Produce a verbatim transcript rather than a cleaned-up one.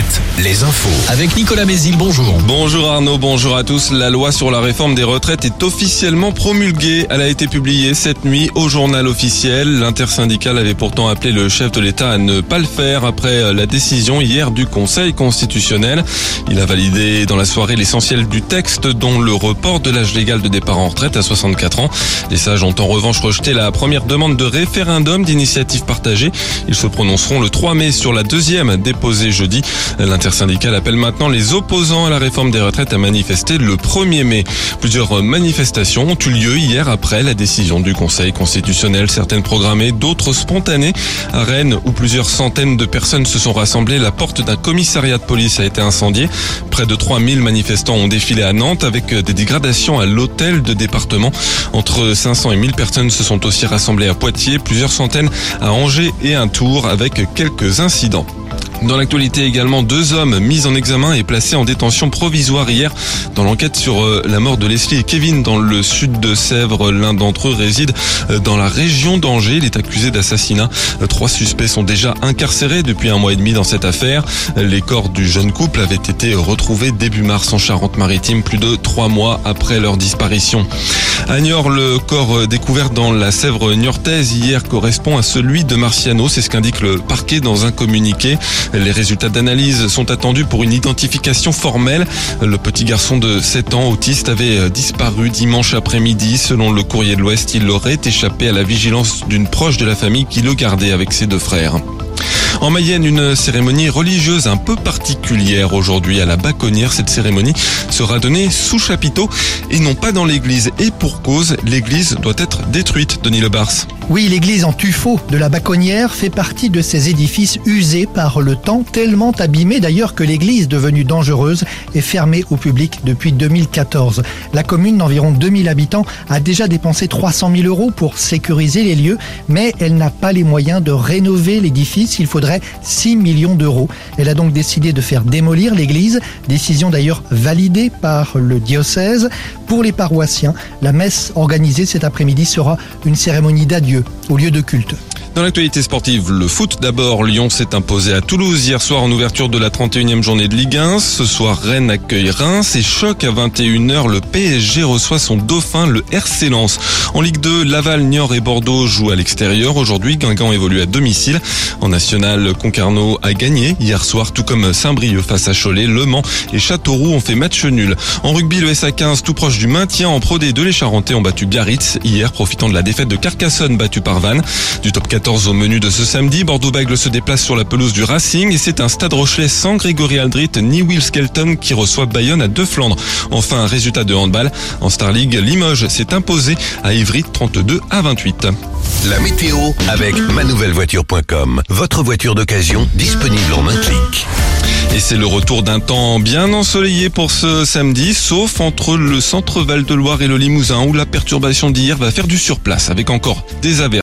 retraite, les infos. Avec Nicolas Mézil, bonjour. Bonjour Arnaud, bonjour à tous. La loi sur la réforme des retraites est officiellement promulguée. Elle a été publiée cette nuit au journal officiel. L'intersyndicale avait pourtant appelé le chef de l'État à ne pas le faire après la décision hier du Conseil constitutionnel. Il a validé dans la soirée l'essentiel du texte, dont le report de l'âge légal de départ en retraite à soixante-quatre ans. Les sages ont en revanche rejeté la première demande de référendum d'initiative partagée. Ils se prononceront le trois mai sur la deuxième déposée jeudi. L'intersyndicale appelle maintenant les opposants à la réforme des retraites à manifester le premier mai. Plusieurs manifestations ont eu lieu hier après la décision du Conseil constitutionnel. Certaines programmées, d'autres spontanées. À Rennes, où plusieurs centaines de personnes se sont rassemblées, la porte d'un commissariat de police a été incendiée. Près de trois mille manifestants ont défilé à Nantes avec des dégradations à l'hôtel de département. Entre cinq cents et mille personnes se sont aussi rassemblées à Poitiers, plusieurs centaines à Angers et un Tours avec quelques incidents. Dans l'actualité également, deux hommes mis en examen et placés en détention provisoire hier dans l'enquête sur la mort de Leslie et Kevin dans le sud de Sèvres. L'un d'entre eux réside dans la région d'Angers. Il est accusé d'assassinat. Trois suspects sont déjà incarcérés depuis un mois et demi dans cette affaire. Les corps du jeune couple avaient été retrouvés début mars en Charente-Maritime, plus de trois mois après leur disparition. À Niort, le corps découvert dans la Sèvre niortaise hier correspond à celui de Marciano. C'est ce qu'indique le parquet dans un communiqué. Les résultats d'analyse sont attendus pour une identification formelle. Le petit garçon de sept ans, autiste, avait disparu dimanche après-midi. Selon le Courrier de l'Ouest, il aurait échappé à la vigilance d'une proche de la famille qui le gardait avec ses deux frères. En Mayenne, une cérémonie religieuse un peu particulière aujourd'hui à la Baconnière. Cette cérémonie sera donnée sous chapiteau et non pas dans l'église. Et pour cause, l'église doit être détruite, Denis Lebars. Oui, l'église en tuffeau de la Baconnière fait partie de ces édifices usés par le temps, tellement abîmés d'ailleurs que l'église, devenue dangereuse, est fermée au public depuis deux mille quatorze. La commune d'environ deux mille habitants a déjà dépensé trois cent mille euros pour sécuriser les lieux, mais elle n'a pas les moyens de rénover l'édifice. Il faudrait six millions d'euros. Elle a donc décidé de faire démolir l'église, décision d'ailleurs validée par le diocèse. Pour les paroissiens, la messe organisée cet après-midi sera une cérémonie d'adieu au lieu de culte. Dans l'actualité sportive, le foot d'abord. Lyon s'est imposé à Toulouse hier soir en ouverture de la trente et unième journée de Ligue un. Ce soir, Rennes accueille Reims et choc à vingt et une heures. Le P S G reçoit son dauphin, le R C Lens. En Ligue deux, Laval, Niort et Bordeaux jouent à l'extérieur. Aujourd'hui, Guingamp évolue à domicile. En national, Concarneau a gagné hier soir, tout comme Saint-Brieuc face à Cholet. Le Mans et Châteauroux ont fait match nul. En rugby, le S A quinze, tout proche du maintien en Pro D deux, les Charentais ont battu Biarritz hier, profitant de la défaite de Carcassonne battue par Vannes. Du top quatorze au menu de ce samedi, Bordeaux-Bègles se déplace sur la pelouse du Racing et c'est un Stade Rochelais sans Grégory Aldrit ni Will Skelton qui reçoit Bayonne à deux Flandres. Enfin, un résultat de handball. En Star League, Limoges s'est imposé à Ivry trente-deux à vingt-huit. La météo avec mannouvelle voiture point com. Votre voiture d'occasion disponible en un clic. Et c'est le retour d'un temps bien ensoleillé pour ce samedi, sauf entre le centre Val-de-Loire et le Limousin où la perturbation d'hier va faire du surplace avec encore des averses.